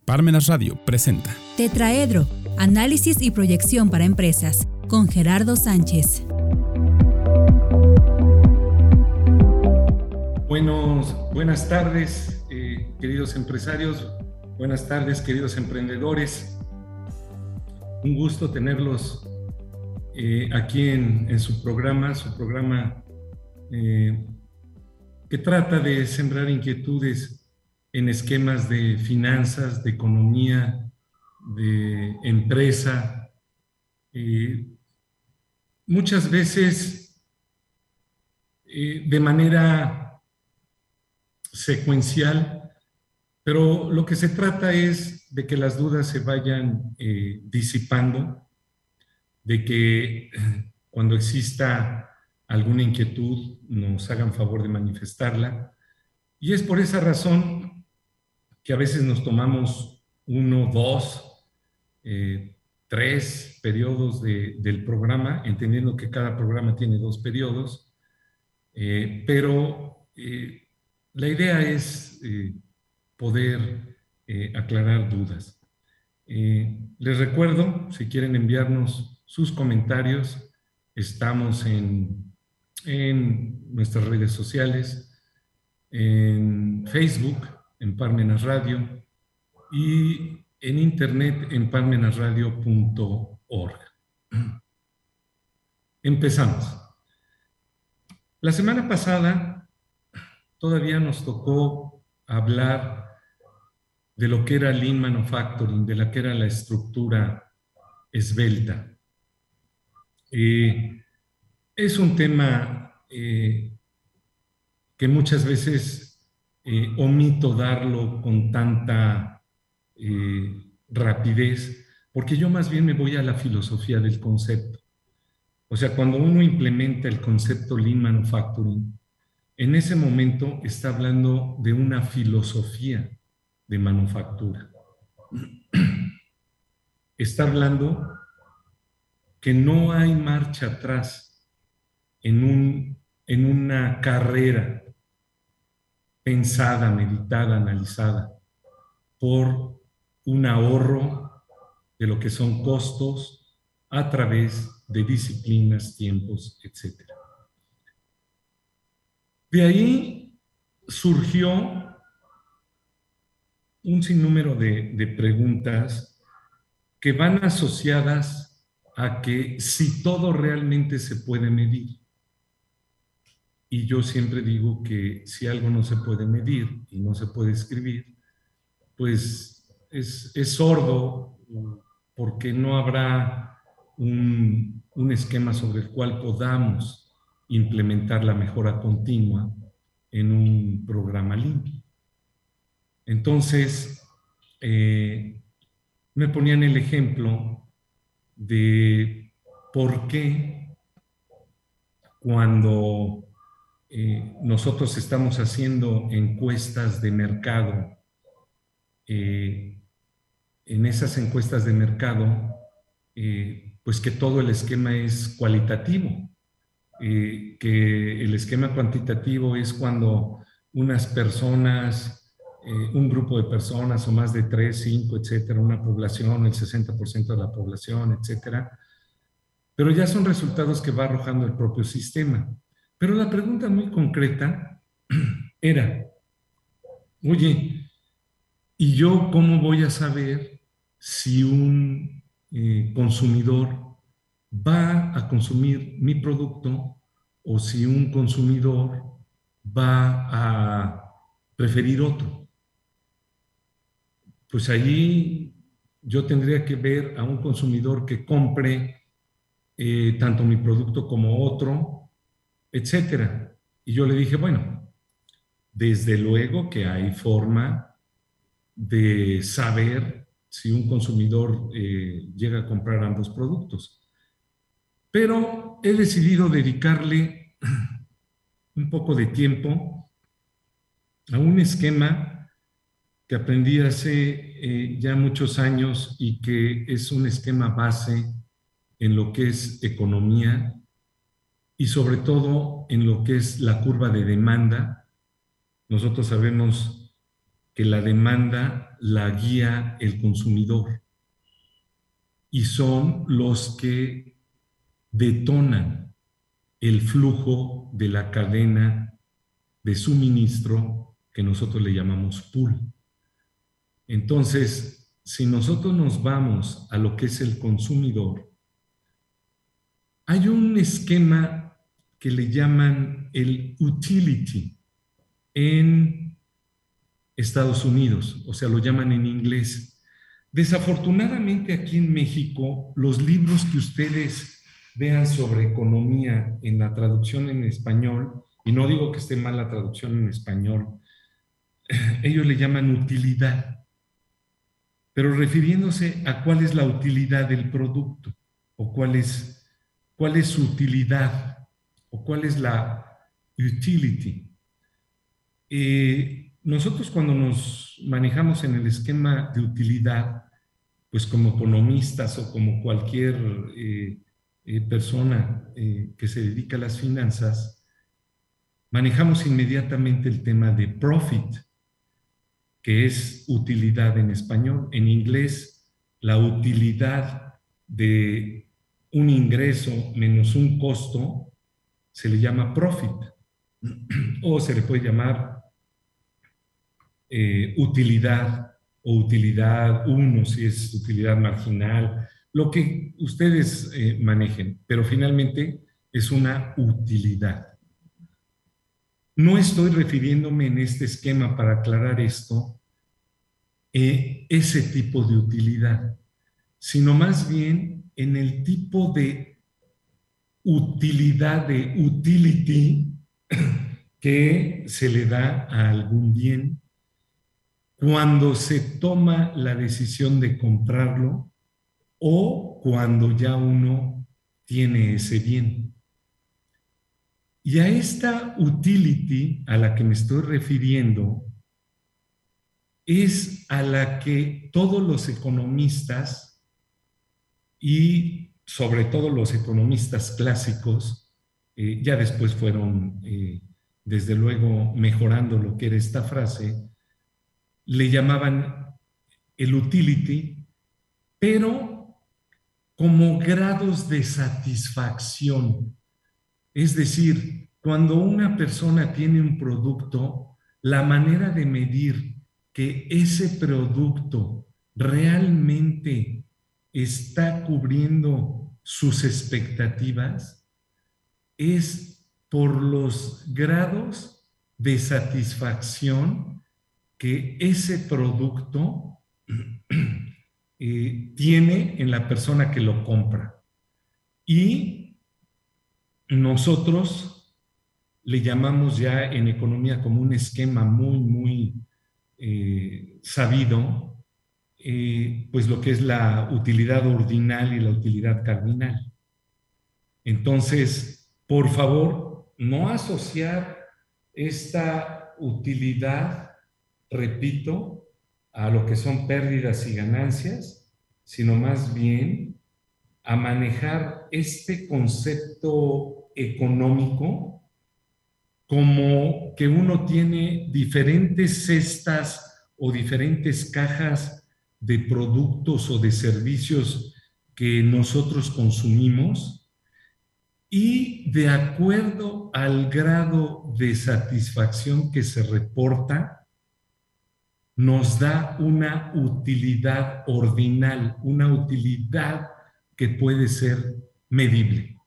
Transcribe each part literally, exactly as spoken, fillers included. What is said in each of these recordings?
Parmenas Radio presenta Tetraedro, análisis y proyección para empresas, con Gerardo Sánchez. Buenos, buenas tardes, eh, queridos empresarios, buenas tardes, queridos emprendedores. Un gusto tenerlos eh, aquí en, en su programa, su programa eh, que trata de sembrar inquietudes en esquemas de finanzas, de economía, de empresa. Eh, muchas veces eh, de manera secuencial, pero lo que se trata es de que las dudas se vayan eh, disipando, de que cuando exista alguna inquietud nos hagan favor de manifestarla. Y es por esa razón que a veces nos tomamos uno, dos, eh, tres periodos de, del programa, entendiendo que cada programa tiene dos periodos, eh, pero eh, la idea es eh, poder eh, aclarar dudas. Eh, les recuerdo, si quieren enviarnos sus comentarios, estamos en, en nuestras redes sociales, en Facebook, en Parmenas Radio, y en internet en parmenas radio punto org. Empezamos. La semana pasada todavía nos tocó hablar de lo que era Lean Manufacturing, de la que era la estructura esbelta. Eh, es un tema eh, que muchas veces eh, omito darlo con tanta eh, rapidez, porque yo más bien me voy a la filosofía del concepto. O sea, cuando uno implementa el concepto Lean Manufacturing, en ese momento está hablando de una filosofía de manufactura. Está hablando que no hay marcha atrás en, un, en una carrera pensada, meditada, analizada por un ahorro de lo que son costos a través de disciplinas, tiempos, etcétera. De ahí surgió un sinnúmero de, de preguntas que van asociadas a que si todo realmente se puede medir. Y yo siempre digo que si algo no se puede medir y no se puede escribir, pues es, es sordo, porque no habrá un, un esquema sobre el cual podamos implementar la mejora continua en un programa Lean. Entonces, eh, me ponían el ejemplo de por qué cuando eh, nosotros estamos haciendo encuestas de mercado, eh, en esas encuestas de mercado, eh, pues que todo el esquema es cualitativo, eh, que el esquema cuantitativo es cuando unas personas, eh, un grupo de personas o más de tres, cinco, etcétera, una población, el sesenta por ciento de la población, etcétera, pero ya son resultados que va arrojando el propio sistema. Pero la pregunta muy concreta era, oye, ¿y yo cómo voy a saber si un eh, consumidor va a consumir mi producto o si un consumidor va a preferir otro? Pues allí yo tendría que ver a un consumidor que compre eh, tanto mi producto como otro, etcétera. Y yo le dije, bueno, desde luego que hay forma de saber si un consumidor eh, llega a comprar ambos productos. Pero he decidido dedicarle un poco de tiempo a un esquema que aprendí hace eh, ya muchos años y que es un esquema base en lo que es economía y sobre todo en lo que es la curva de demanda. Nosotros sabemos que la demanda la guía el consumidor y son los que detonan el flujo de la cadena de suministro que nosotros le llamamos pool. Entonces, si nosotros nos vamos a lo que es el consumidor, hay un esquema que le llaman el utility en Estados Unidos, o sea, lo llaman en inglés. Desafortunadamente aquí en México, los libros que ustedes vean sobre economía en la traducción en español, y no digo que esté mal la traducción en español, ellos le llaman utilidad, pero refiriéndose a cuál es la utilidad del producto, o cuál es, cuál es su utilidad, o cuál es la utility. Eh, nosotros cuando nos manejamos en el esquema de utilidad, pues como economistas o como cualquier eh, eh, persona eh, que se dedica a las finanzas, manejamos inmediatamente el tema de profit, que es utilidad en español. En inglés, la utilidad de un ingreso menos un costo se le llama profit, o se le puede llamar eh, utilidad o utilidad uno, si es utilidad marginal, lo que ustedes eh, manejen, pero finalmente es una utilidad. No estoy refiriéndome en este esquema, para aclarar esto, eh, ese tipo de utilidad, sino más bien en el tipo de utilidad, de utility que se le da a algún bien cuando se toma la decisión de comprarlo o cuando ya uno tiene ese bien. Y a esta utility a la que me estoy refiriendo es a la que todos los economistas y sobre todo los economistas clásicos, eh, ya después fueron, eh, desde luego, mejorando lo que era esta frase, le llamaban el utility, pero como grados de satisfacción. Es decir, cuando una persona tiene un producto, la manera de medir que ese producto realmente está cubriendo sus expectativas es por los grados de satisfacción que ese producto eh, tiene en la persona que lo compra. Y nosotros le llamamos ya en economía como un esquema muy, muy eh, sabido, eh, pues lo que es la utilidad ordinal y la utilidad cardinal. Entonces, por favor, no asociar esta utilidad, repito, a lo que son pérdidas y ganancias, sino más bien a manejar este concepto económico como que uno tiene diferentes cestas o diferentes cajas de productos o de servicios que nosotros consumimos, y de acuerdo al grado de satisfacción que se reporta, nos da una utilidad ordinal, una utilidad que puede ser medible.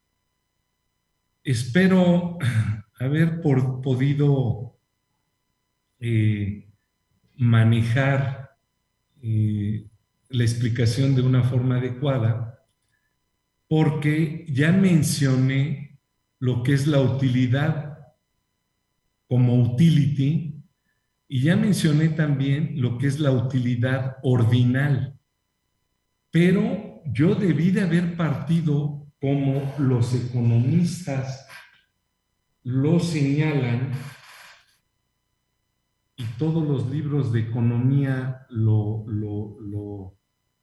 Espero haber por, podido eh, manejar eh, la explicación de una forma adecuada, porque ya mencioné lo que es la utilidad como utility, y ya mencioné también lo que es la utilidad ordinal, pero yo debí de haber partido, como los economistas lo señalan, y todos los libros de economía lo, lo, lo,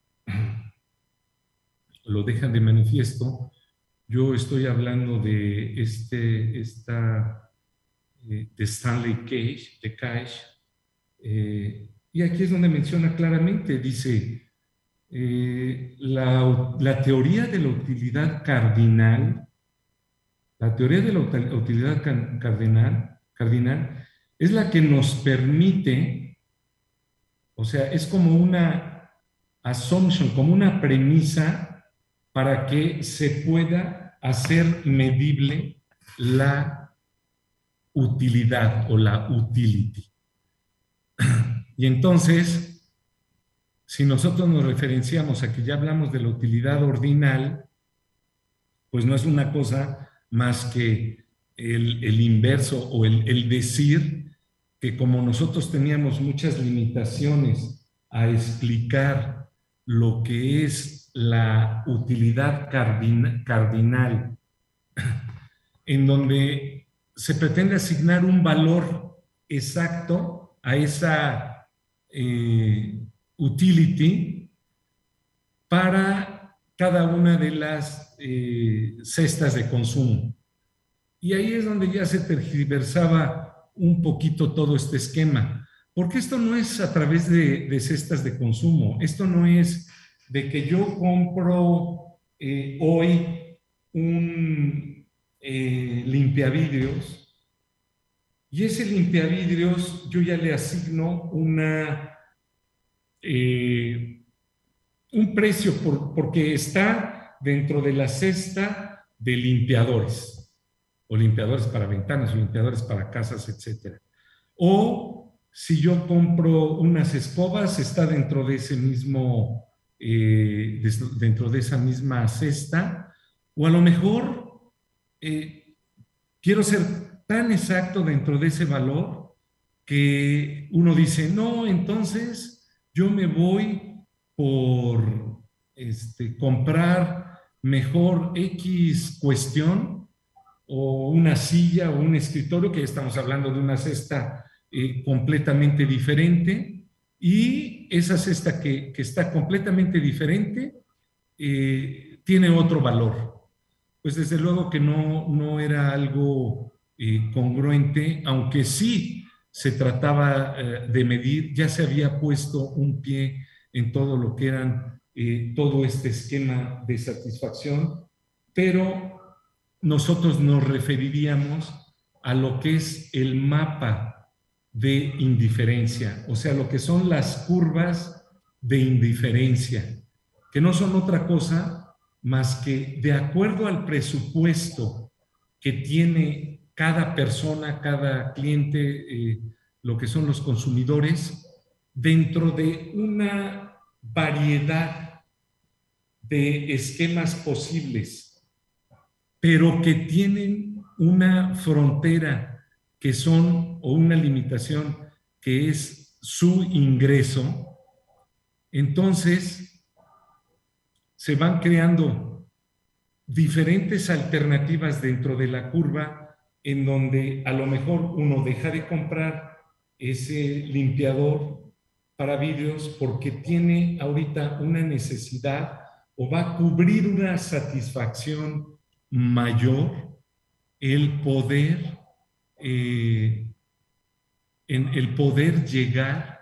lo dejan de manifiesto. Yo estoy hablando de este, esta, eh, de Stanley Cage, de Cage, eh, Y aquí es donde menciona claramente, dice, eh, la, la teoría de la utilidad cardinal, la teoría de la utilidad cardinal, cardinal es la que nos permite, o sea, es como una assumption, como una premisa para que se pueda hacer medible la utilidad o la utility. Y entonces, si nosotros nos referenciamos a que ya hablamos de la utilidad ordinal, pues no es una cosa más que el, el inverso o el, el decir que como nosotros teníamos muchas limitaciones a explicar lo que es la utilidad cardin, cardinal, en donde se pretende asignar un valor exacto a esa eh, utility para cada una de las eh, cestas de consumo. Y ahí es donde ya se tergiversaba un poquito todo este esquema, porque esto no es a través de, de cestas de consumo, esto no es de que yo compro eh, hoy un eh, limpiavidrios y ese limpiavidrios yo ya le asigno una, eh, un precio por, porque está dentro de la cesta de limpiadores, o limpiadores para ventanas, o limpiadores para casas, etcétera. O si yo compro unas escobas, está dentro de ese mismo, eh, dentro de esa misma cesta, o a lo mejor eh, quiero ser tan exacto dentro de ese valor que uno dice, no, entonces yo me voy por este, comprar mejor X cuestión o una silla o un escritorio, que ya estamos hablando de una cesta eh, completamente diferente, y esa cesta que, que está completamente diferente eh, tiene otro valor. Pues desde luego que no, no era algo eh, congruente, aunque sí se trataba eh, de medir, ya se había puesto un pie en todo lo que eran eh, todo este esquema de satisfacción, pero nosotros nos referiríamos a lo que es el mapa de indiferencia, o sea, lo que son las curvas de indiferencia, que no son otra cosa más que de acuerdo al presupuesto que tiene cada persona, cada cliente, eh, lo que son los consumidores, dentro de una variedad de esquemas posibles, pero que tienen una frontera que son, o una limitación que es su ingreso. Entonces se van creando diferentes alternativas dentro de la curva en donde a lo mejor uno deja de comprar ese limpiador para vidrios porque tiene ahorita una necesidad o va a cubrir una satisfacción mayor el poder eh, en el poder llegar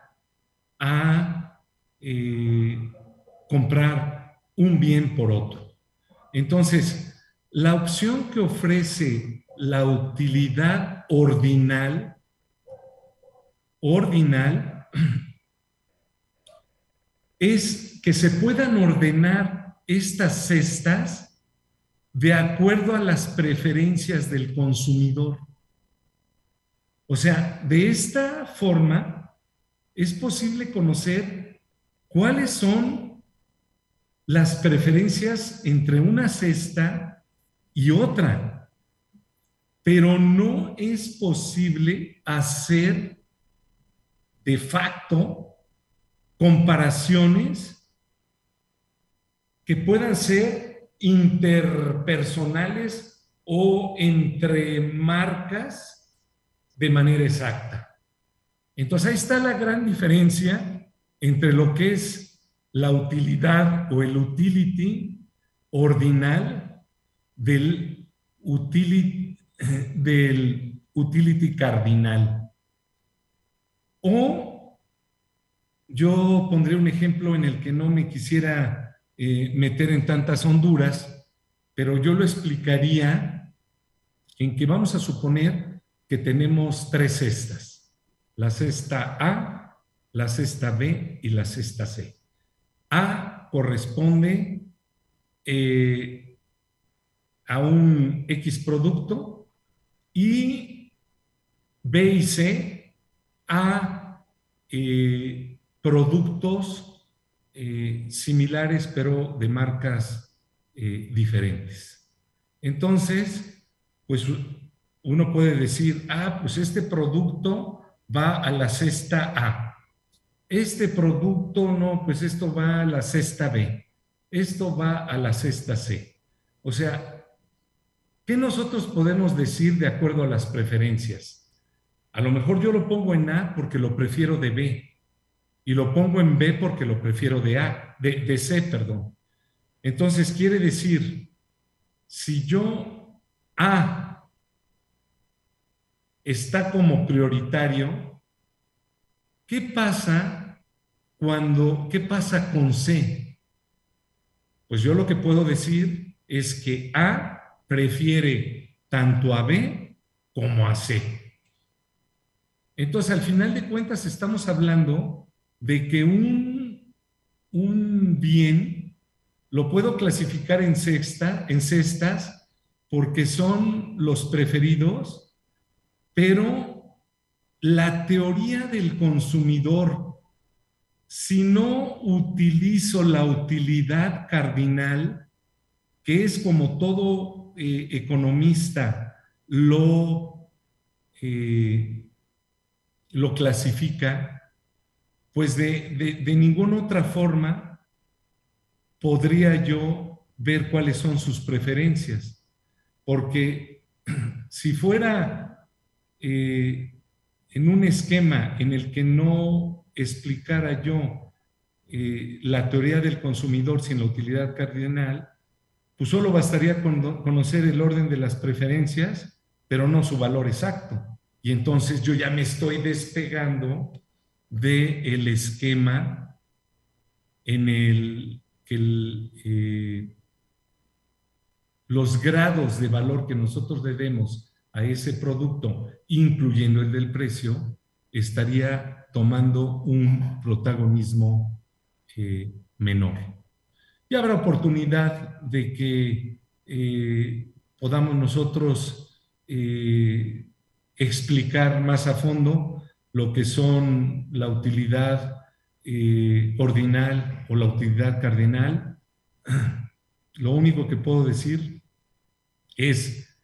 a eh, comprar un bien por otro. Entonces, la opción que ofrece la utilidad ordinal, ordinal es que se puedan ordenar estas cestas de acuerdo a las preferencias del consumidor. O sea, de esta forma es posible conocer cuáles son las preferencias entre una cesta y otra, pero no es posible hacer de facto comparaciones que puedan ser interpersonales o entre marcas de manera exacta. Entonces ahí está la gran diferencia entre lo que es la utilidad o el utility ordinal del utility, del utility cardinal. O yo pondré un ejemplo en el que no me quisiera eh, meter en tantas honduras, pero yo lo explicaría en que vamos a suponer que tenemos tres cestas, la cesta A, la cesta B y la cesta C. A corresponde eh, a un X producto y B y C a eh, productos eh, similares pero de marcas eh, diferentes. Entonces, pues uno puede decir, ah, pues este producto va a la cesta A. Este producto no, pues esto va a la cesta B. Esto va a la cesta C. O sea, ¿qué nosotros podemos decir de acuerdo a las preferencias? A lo mejor yo lo pongo en A porque lo prefiero de B y lo pongo en B porque lo prefiero de A, de, de C, perdón. Entonces quiere decir, si yo A está como prioritario, ¿qué pasa cuando, qué pasa con C? Pues yo lo que puedo decir es que A prefiere tanto a B como a C. Entonces, al final de cuentas, estamos hablando de que un, un bien lo puedo clasificar en, sexta, en cestas porque son los preferidos, pero la teoría del consumidor, si no utilizo la utilidad cardinal, que es como todo eh, economista lo, eh, lo clasifica, pues de, de, de ninguna otra forma podría yo ver cuáles son sus preferencias. Porque si fuera eh, en un esquema en el que no explicara yo eh, la teoría del consumidor sin la utilidad cardinal, pues solo bastaría con conocer el orden de las preferencias, pero no su valor exacto. Y entonces yo ya me estoy despegando del esquema en el que el, eh, los grados de valor que nosotros le demos a ese producto, incluyendo el del precio, estaría tomando un protagonismo eh, menor. Y habrá oportunidad de que eh, podamos nosotros eh, explicar más a fondo lo que son la utilidad eh, ordinal o la utilidad cardinal. Lo único que puedo decir es,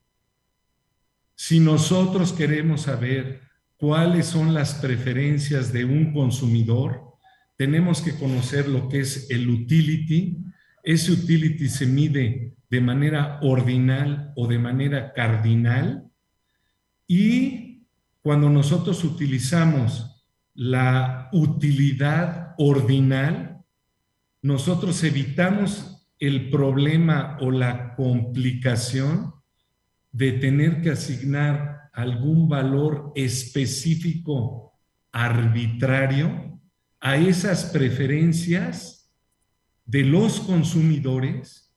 si nosotros queremos saber cuáles son las preferencias de un consumidor, tenemos que conocer lo que es el utility. Ese utility se mide de manera ordinal o de manera cardinal, y cuando nosotros utilizamos la utilidad ordinal, nosotros evitamos el problema o la complicación de tener que asignar algún valor específico arbitrario a esas preferencias de los consumidores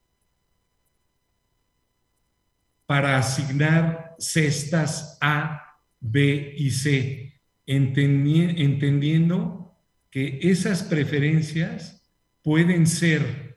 para asignar cestas A, B y C, entendi- entendiendo que esas preferencias pueden ser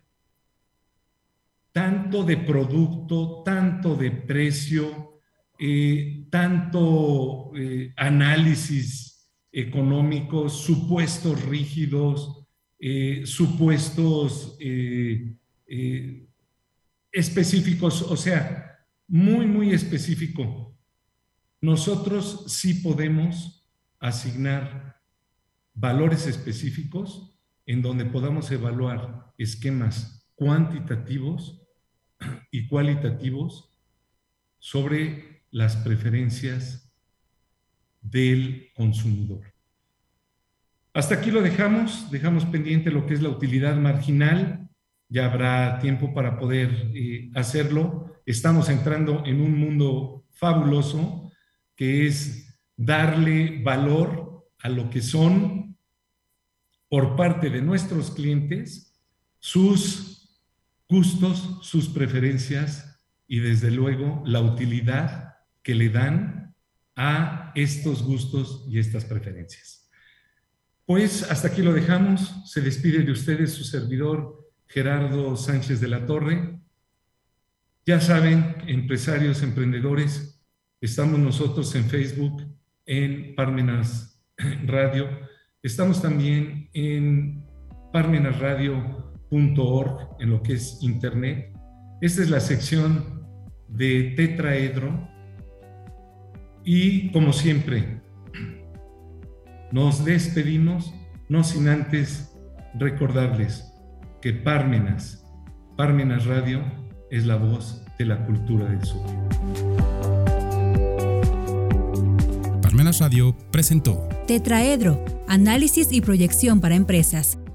tanto de producto, tanto de precio, eh, tanto eh, análisis económicos, supuestos rígidos, eh, supuestos eh, eh, específicos, o sea, muy, muy específico. Nosotros sí podemos asignar valores específicos en donde podamos evaluar esquemas cuantitativos y cualitativos sobre las preferencias del consumidor. Hasta aquí lo dejamos, dejamos pendiente lo que es la utilidad marginal. Ya habrá tiempo para poder eh, hacerlo. Estamos entrando en un mundo fabuloso que es darle valor a lo que son por parte de nuestros clientes sus gustos, sus preferencias y desde luego la utilidad que le dan a estos gustos y estas preferencias. Pues hasta aquí lo dejamos. Se despide de ustedes su servidor Gerardo Sánchez de la Torre. Ya saben, empresarios, emprendedores, estamos nosotros en Facebook, en Parmenas Radio. Estamos también en parmenas radio punto org, en lo que es internet. Esta es la sección de Tetraedro. Y como siempre, nos despedimos, no sin antes recordarles que Parmenas, Parmenas Radio, es la voz de la cultura del sur. Parmenas Radio presentó Tetraedro, análisis y proyección para empresas,